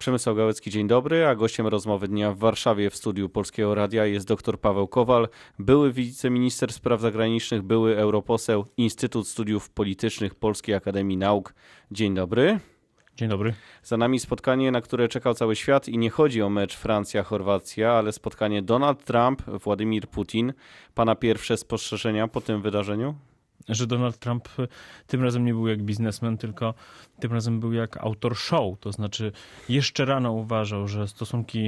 Przemysław Gałecki, dzień dobry, a gościem rozmowy dnia w Warszawie w studiu Polskiego Radia jest dr Paweł Kowal, były wiceminister spraw zagranicznych, były europoseł, Instytut Studiów Politycznych Polskiej Akademii Nauk. Dzień dobry. Dzień dobry. Za nami spotkanie, na które czekał cały świat i nie chodzi o mecz Francja-Chorwacja, ale spotkanie Donald Trump, Władimir Putin. Pana pierwsze spostrzeżenia po tym wydarzeniu? Że Donald Trump tym razem nie był jak biznesmen, tylko tym razem był jak autor show. To znaczy jeszcze rano uważał, że stosunki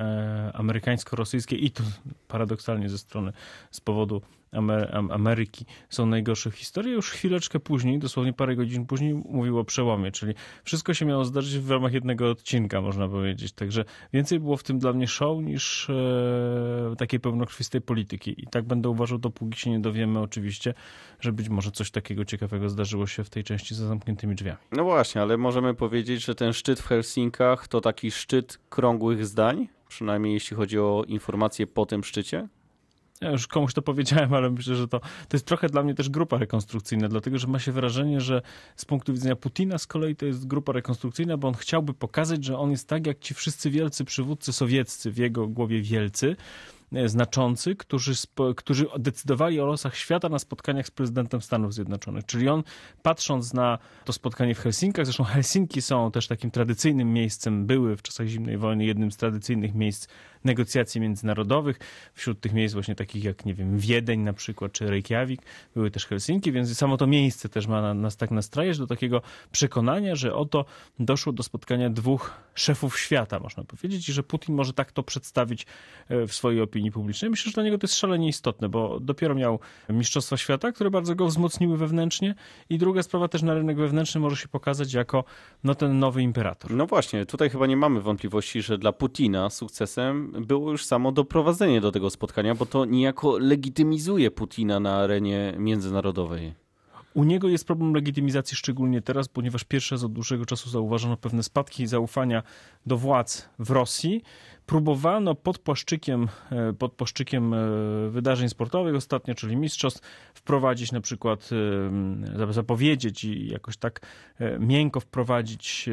amerykańsko-rosyjskie i to paradoksalnie z powodu Ameryki są najgorsze w historii. Już chwileczkę później, dosłownie parę godzin później mówił o przełomie, czyli wszystko się miało zdarzyć w ramach jednego odcinka, można powiedzieć. Także więcej było w tym dla mnie show niż takiej pełnokrwistej polityki. I tak będę uważał, dopóki się nie dowiemy oczywiście, że być może coś takiego ciekawego zdarzyło się w tej części za zamkniętymi drzwiami. No właśnie, ale możemy powiedzieć, że ten szczyt w Helsinkach to taki szczyt krągłych zdań? Przynajmniej jeśli chodzi o informacje po tym szczycie? Ja już komuś to powiedziałem, ale myślę, że to jest trochę dla mnie też grupa rekonstrukcyjna, dlatego że ma się wrażenie, że z punktu widzenia Putina z kolei to jest grupa rekonstrukcyjna, bo on chciałby pokazać, że on jest tak jak ci wszyscy wielcy przywódcy sowieccy, w jego głowie wielcy, znaczący, którzy decydowali o losach świata na spotkaniach z prezydentem Stanów Zjednoczonych. Czyli on, patrząc na to spotkanie w Helsinkach, zresztą Helsinki są też takim tradycyjnym miejscem, były w czasach zimnej wojny jednym z tradycyjnych miejsc negocjacji międzynarodowych. Wśród tych miejsc właśnie takich jak, nie wiem, Wiedeń na przykład, czy Reykjavik, były też Helsinki, więc samo to miejsce też ma nas tak nastrajać do takiego przekonania, że oto doszło do spotkania dwóch szefów świata, można powiedzieć, i że Putin może tak to przedstawić w swojej opinii publicznej. Myślę, że dla niego to jest szalenie istotne, bo dopiero miał Mistrzostwa Świata, które bardzo go wzmocniły wewnętrznie, i druga sprawa, też na rynek wewnętrzny może się pokazać jako ten nowy imperator. No właśnie, tutaj chyba nie mamy wątpliwości, że dla Putina sukcesem było już samo doprowadzenie do tego spotkania, bo to niejako legitymizuje Putina na arenie międzynarodowej. U niego jest problem legitymizacji szczególnie teraz, ponieważ pierwszy raz od dłuższego czasu zauważono pewne spadki zaufania do władz w Rosji. Próbowano pod płaszczykiem wydarzeń sportowych ostatnio, czyli mistrzostw, wprowadzić na przykład, zapowiedzieć i jakoś tak miękko wprowadzić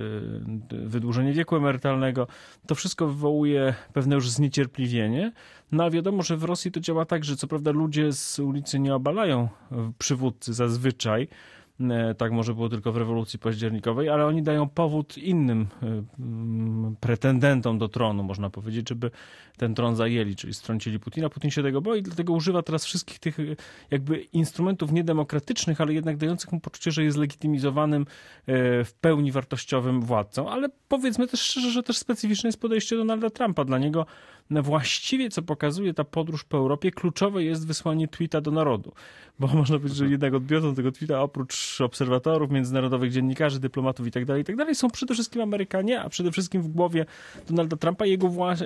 wydłużenie wieku emerytalnego. To wszystko wywołuje pewne już zniecierpliwienie. No a wiadomo, że w Rosji to działa tak, że co prawda ludzie z ulicy nie obalają przywódcy zazwyczaj, tak może było tylko w rewolucji październikowej, ale oni dają powód innym pretendentom do tronu, można powiedzieć, żeby ten tron zajęli, czyli strącili Putina. Putin się tego boi, dlatego używa teraz wszystkich tych jakby instrumentów niedemokratycznych, ale jednak dających mu poczucie, że jest legitymizowanym, w pełni wartościowym władcą. Ale powiedzmy też szczerze, że też specyficzne jest podejście Donalda Trumpa. Dla niego właściwie, co pokazuje ta podróż po Europie, kluczowe jest wysłanie tweeta do narodu. Bo można powiedzieć, że jednak odbiorcą tego tweeta, oprócz obserwatorów, międzynarodowych dziennikarzy, dyplomatów i tak dalej, są przede wszystkim Amerykanie, a przede wszystkim w głowie Donalda Trumpa jego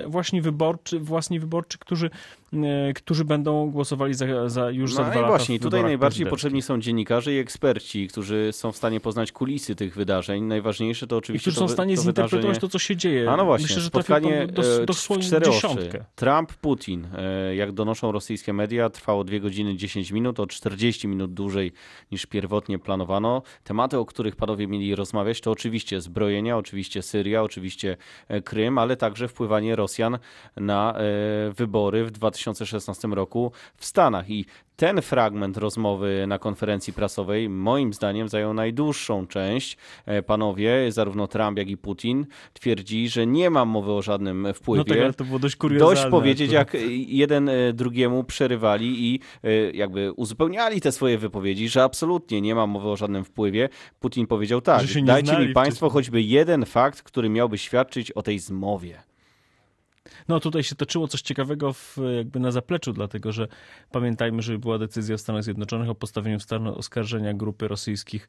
własni wyborczy, którzy będą głosowali za 2 lata. No i właśnie, tutaj najbardziej potrzebni są dziennikarze i eksperci, którzy są w stanie poznać kulisy tych wydarzeń. Najważniejsze to oczywiście... I którzy są w stanie zinterpretować to, co się dzieje. A no właśnie, myślę, że spotkanie dosłownie w 4 dziesiątkę. Trump-Putin, jak donoszą rosyjskie media, trwało 2 godziny 10 minut, o 40 minut dłużej niż pierwotnie planowano. Tematy, o których panowie mieli rozmawiać, to oczywiście zbrojenia, oczywiście Syria, oczywiście Krym, ale także wpływanie Rosjan na wybory w 2016 roku w Stanach. I ten fragment rozmowy na konferencji prasowej moim zdaniem zajął najdłuższą część. Panowie, zarówno Trump, jak i Putin, twierdzi, że nie ma mowy o żadnym wpływie. No tak, ale to było dość kuriozalne. Dość powiedzieć, jak jeden drugiemu przerywali i jakby uzupełniali te swoje wypowiedzi, że absolutnie nie ma mowy o żadnym wpływie. Putin powiedział tak, dajcie mi państwo choćby jeden fakt, który miałby świadczyć o tej zmowie. No tutaj się toczyło coś ciekawego jakby na zapleczu, dlatego że pamiętajmy, że była decyzja w Stanach Zjednoczonych o postawieniu w stan oskarżenia grupy rosyjskich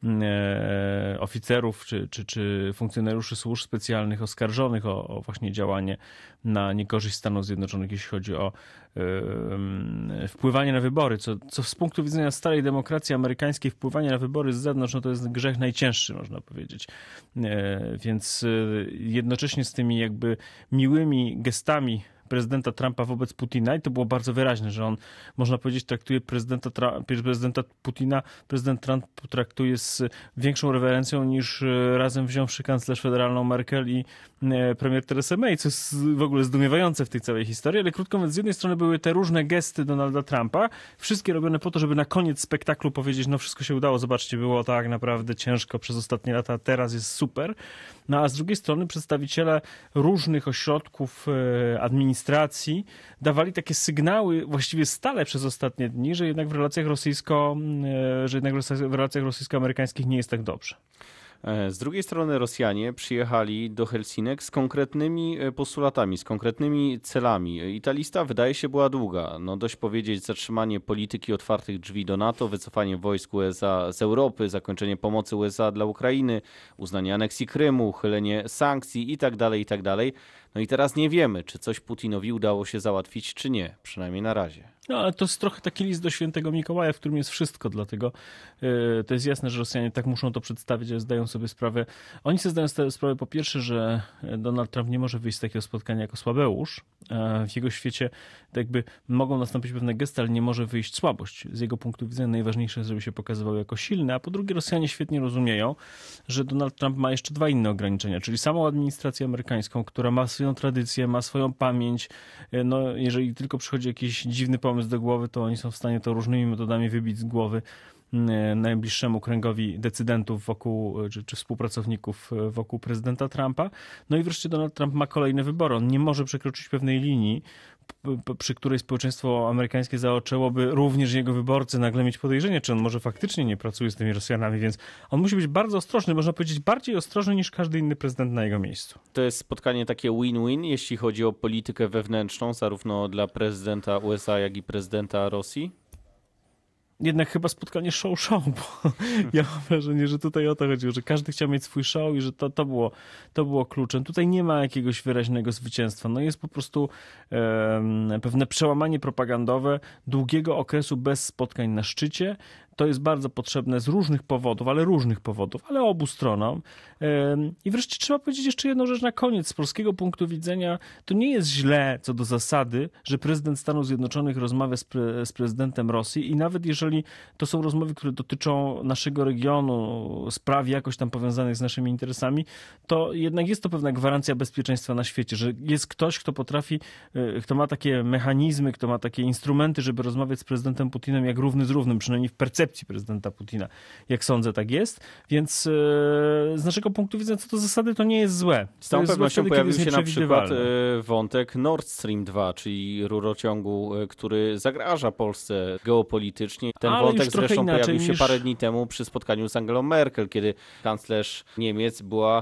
oficerów czy funkcjonariuszy służb specjalnych oskarżonych o właśnie działanie na niekorzyść Stanów Zjednoczonych, jeśli chodzi o wpływanie na wybory, co z punktu widzenia starej demokracji amerykańskiej wpływanie na wybory z zewnątrz, no to jest grzech najcięższy, można powiedzieć. Więc jednocześnie z tymi jakby miłymi gestami prezydenta Trumpa wobec Putina i to było bardzo wyraźne, że on, można powiedzieć, traktuje prezydenta Putina, prezydent Trump traktuje z większą rewerencją niż razem wziąwszy kanclerz federalną Merkel i premier Theresa May, co jest w ogóle zdumiewające w tej całej historii, ale krótko mówiąc, z jednej strony były te różne gesty Donalda Trumpa, wszystkie robione po to, żeby na koniec spektaklu powiedzieć, no wszystko się udało, zobaczcie, było tak naprawdę ciężko przez ostatnie lata, a teraz jest super. No a z drugiej strony przedstawiciele różnych ośrodków administracji dawali takie sygnały właściwie stale przez ostatnie dni, że jednak w relacjach rosyjsko-amerykańskich nie jest tak dobrze. Z drugiej strony Rosjanie przyjechali do Helsinek z konkretnymi postulatami, z konkretnymi celami. I ta lista wydaje się była długa. No dość powiedzieć zatrzymanie polityki otwartych drzwi do NATO, wycofanie wojsk USA z Europy, zakończenie pomocy USA dla Ukrainy, uznanie aneksji Krymu, uchylenie sankcji itd., itd. No i teraz nie wiemy, czy coś Putinowi udało się załatwić, czy nie. Przynajmniej na razie. No, ale to jest trochę taki list do świętego Mikołaja, w którym jest wszystko, dlatego to jest jasne, że Rosjanie tak muszą to przedstawić, że zdają sobie sprawę. Oni sobie zdają sprawę po pierwsze, że Donald Trump nie może wyjść z takiego spotkania jako słabeusz. W jego świecie tak jakby mogą nastąpić pewne gesty, ale nie może wyjść słabość. Z jego punktu widzenia najważniejsze jest, żeby się pokazywał jako silny, a po drugie Rosjanie świetnie rozumieją, że Donald Trump ma jeszcze dwa inne ograniczenia, czyli samą administrację amerykańską, która ma swoją tradycję, ma swoją pamięć. No, jeżeli tylko przychodzi jakiś dziwny pomysł do głowy, to oni są w stanie to różnymi metodami wybić z głowy najbliższemu kręgowi decydentów wokół, czy współpracowników wokół prezydenta Trumpa. No i wreszcie Donald Trump ma kolejne wybory. On nie może przekroczyć pewnej linii, przy której społeczeństwo amerykańskie zaczęłoby również jego wyborcy nagle mieć podejrzenie, czy on może faktycznie nie pracuje z tymi Rosjanami, więc on musi być bardzo ostrożny, można powiedzieć bardziej ostrożny niż każdy inny prezydent na jego miejscu. To jest spotkanie takie win-win, jeśli chodzi o politykę wewnętrzną, zarówno dla prezydenta USA, jak i prezydenta Rosji? Jednak chyba spotkanie show, bo ja mam wrażenie, że tutaj o to chodziło, że każdy chciał mieć swój show i że to było kluczem. Tutaj nie ma jakiegoś wyraźnego zwycięstwa. No jest po prostu pewne przełamanie propagandowe długiego okresu bez spotkań na szczycie. To jest bardzo potrzebne z różnych powodów, ale obu stronom. I wreszcie trzeba powiedzieć jeszcze jedną rzecz na koniec. Z polskiego punktu widzenia to nie jest źle co do zasady, że prezydent Stanów Zjednoczonych rozmawia z prezydentem Rosji i nawet jeżeli to są rozmowy, które dotyczą naszego regionu, spraw jakoś tam powiązanych z naszymi interesami, to jednak jest to pewna gwarancja bezpieczeństwa na świecie, że jest ktoś, kto potrafi, kto ma takie mechanizmy, kto ma takie instrumenty, żeby rozmawiać z prezydentem Putinem jak równy z równym, przynajmniej w percepcji prezydenta Putina. Jak sądzę, tak jest. Więc z naszego punktu widzenia, co do zasady, to nie jest złe. Z całą pewnością pojawił się na przykład wątek Nord Stream 2, czyli rurociągu, który zagraża Polsce geopolitycznie. Ten wątek zresztą pojawił się parę dni temu przy spotkaniu z Angelą Merkel, kiedy kanclerz Niemiec była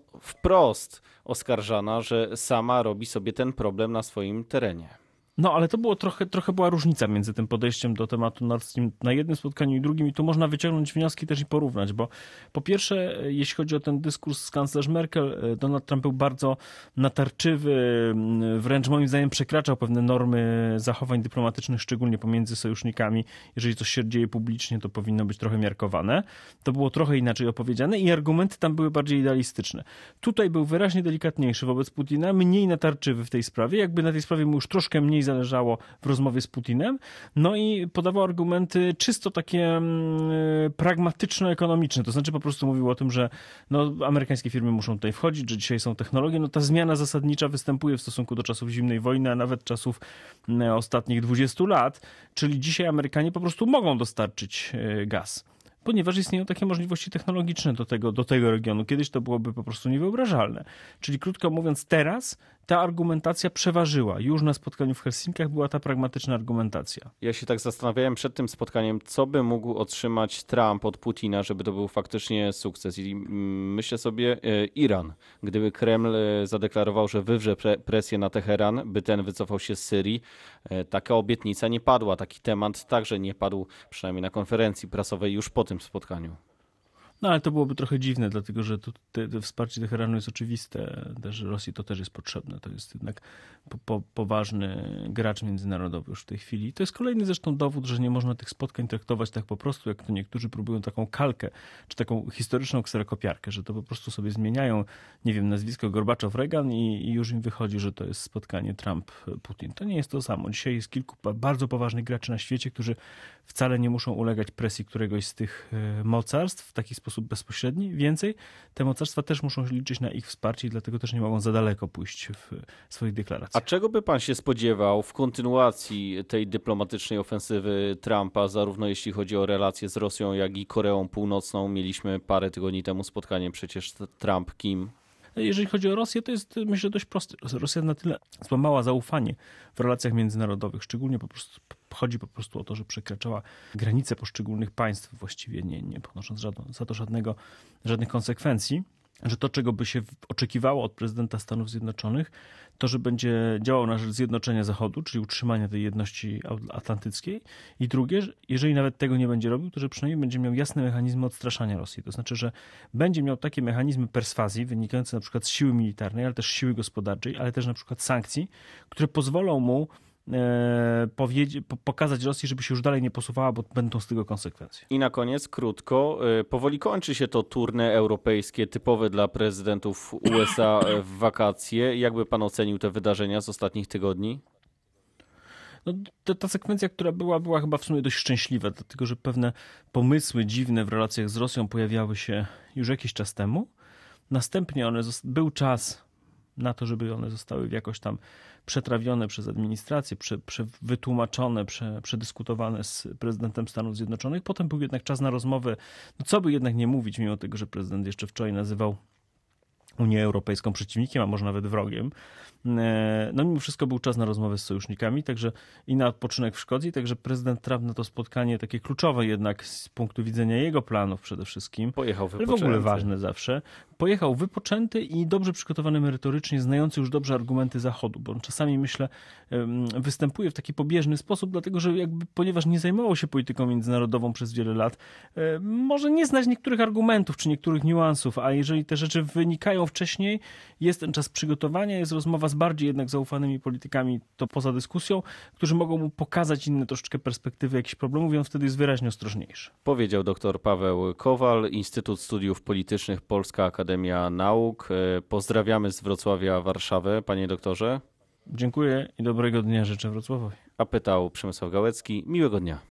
wprost oskarżana, że sama robi sobie ten problem na swoim terenie. No, ale to było trochę była różnica między tym podejściem do tematu Nord Stream na jednym spotkaniu i drugim i tu można wyciągnąć wnioski też i porównać, bo po pierwsze, jeśli chodzi o ten dyskurs z kanclerz Merkel, Donald Trump był bardzo natarczywy, wręcz moim zdaniem przekraczał pewne normy zachowań dyplomatycznych, szczególnie pomiędzy sojusznikami. Jeżeli coś się dzieje publicznie, to powinno być trochę miarkowane. To było trochę inaczej opowiedziane i argumenty tam były bardziej idealistyczne. Tutaj był wyraźnie delikatniejszy wobec Putina, mniej natarczywy w tej sprawie, jakby na tej sprawie mu już troszkę mniej zależało w rozmowie z Putinem, no i podawał argumenty czysto takie pragmatyczno-ekonomiczne, to znaczy po prostu mówił o tym, że amerykańskie firmy muszą tutaj wchodzić, że dzisiaj są technologie, ta zmiana zasadnicza występuje w stosunku do czasów zimnej wojny, a nawet czasów ostatnich 20 lat, czyli dzisiaj Amerykanie po prostu mogą dostarczyć gaz, ponieważ istnieją takie możliwości technologiczne do tego regionu. Kiedyś to byłoby po prostu niewyobrażalne. Czyli krótko mówiąc, teraz ta argumentacja przeważyła. Już na spotkaniu w Helsinkach była ta pragmatyczna argumentacja. Ja się tak zastanawiałem przed tym spotkaniem, co by mógł otrzymać Trump od Putina, żeby to był faktycznie sukces. I myślę sobie Iran. Gdyby Kreml zadeklarował, że wywrze presję na Teheran, by ten wycofał się z Syrii, taka obietnica nie padła. Taki temat także nie padł, przynajmniej na konferencji prasowej już po tym spotkaniu. No ale to byłoby trochę dziwne, dlatego że to wsparcie Teheranu jest oczywiste, też Rosji to też jest potrzebne. To jest jednak poważny gracz międzynarodowy już w tej chwili. To jest kolejny zresztą dowód, że nie można tych spotkań traktować tak po prostu, jak to niektórzy próbują taką kalkę, czy taką historyczną kserokopiarkę, że to po prostu sobie zmieniają, nie wiem, nazwisko Gorbaczow-Reagan i już im wychodzi, że to jest spotkanie Trump-Putin. To nie jest to samo. Dzisiaj jest kilku bardzo poważnych graczy na świecie, którzy wcale nie muszą ulegać presji któregoś z tych mocarstw w taki sposób bezpośredni. Więcej, te mocarstwa też muszą liczyć na ich wsparcie i dlatego też nie mogą za daleko pójść w swoich deklaracjach. A czego by pan się spodziewał w kontynuacji tej dyplomatycznej ofensywy Trumpa, zarówno jeśli chodzi o relacje z Rosją, jak i Koreą Północną? Mieliśmy parę tygodni temu spotkanie przecież Trump-Kim. Jeżeli chodzi o Rosję, to jest, myślę, dość proste. Rosja na tyle złamała zaufanie w relacjach międzynarodowych, szczególnie chodzi po prostu o to, że przekraczała granice poszczególnych państw, właściwie nie ponosząc za to żadnych konsekwencji, że to, czego by się oczekiwało od prezydenta Stanów Zjednoczonych, to, że będzie działał na rzecz zjednoczenia Zachodu, czyli utrzymania tej jedności atlantyckiej. I drugie, jeżeli nawet tego nie będzie robił, to że przynajmniej będzie miał jasne mechanizmy odstraszania Rosji. To znaczy, że będzie miał takie mechanizmy perswazji wynikające na przykład z siły militarnej, ale też siły gospodarczej, ale też na przykład sankcji, które pozwolą mu pokazać Rosji, żeby się już dalej nie posuwała, bo będą z tego konsekwencje. I na koniec, krótko, powoli kończy się to tournée europejskie typowe dla prezydentów USA w wakacje. Jakby pan ocenił te wydarzenia z ostatnich tygodni? No, ta sekwencja, która była chyba w sumie dość szczęśliwa, dlatego że pewne pomysły dziwne w relacjach z Rosją pojawiały się już jakiś czas temu. Następnie był czas na to, żeby one zostały jakoś tam przetrawione przez administrację, wytłumaczone, przedyskutowane z prezydentem Stanów Zjednoczonych. Potem był jednak czas na rozmowę, no co by jednak nie mówić, mimo tego, że prezydent jeszcze wczoraj nazywał Unię Europejską przeciwnikiem, a może nawet wrogiem. No mimo wszystko był czas na rozmowę z sojusznikami, także i na odpoczynek w Szkocji, także prezydent Trump na to spotkanie takie kluczowe jednak z punktu widzenia jego planów przede wszystkim, Pojechał ale w ogóle ważne zawsze. Pojechał wypoczęty i dobrze przygotowany merytorycznie, znający już dobrze argumenty Zachodu, bo on czasami, myślę, występuje w taki pobieżny sposób, dlatego że ponieważ nie zajmował się polityką międzynarodową przez wiele lat, może nie znać niektórych argumentów czy niektórych niuansów, a jeżeli te rzeczy wynikają wcześniej, jest ten czas przygotowania, jest rozmowa z bardziej jednak zaufanymi politykami, to poza dyskusją, którzy mogą mu pokazać inne troszeczkę perspektywy jakichś problemów i on wtedy jest wyraźnie ostrożniejszy. Powiedział dr Paweł Kowal, Instytut Studiów Politycznych, Polska Akademia Nauk. Pozdrawiamy z Wrocławia, Warszawę, panie doktorze. Dziękuję i dobrego dnia życzę Wrocławowi. A pytał Przemysław Gałecki. Miłego dnia.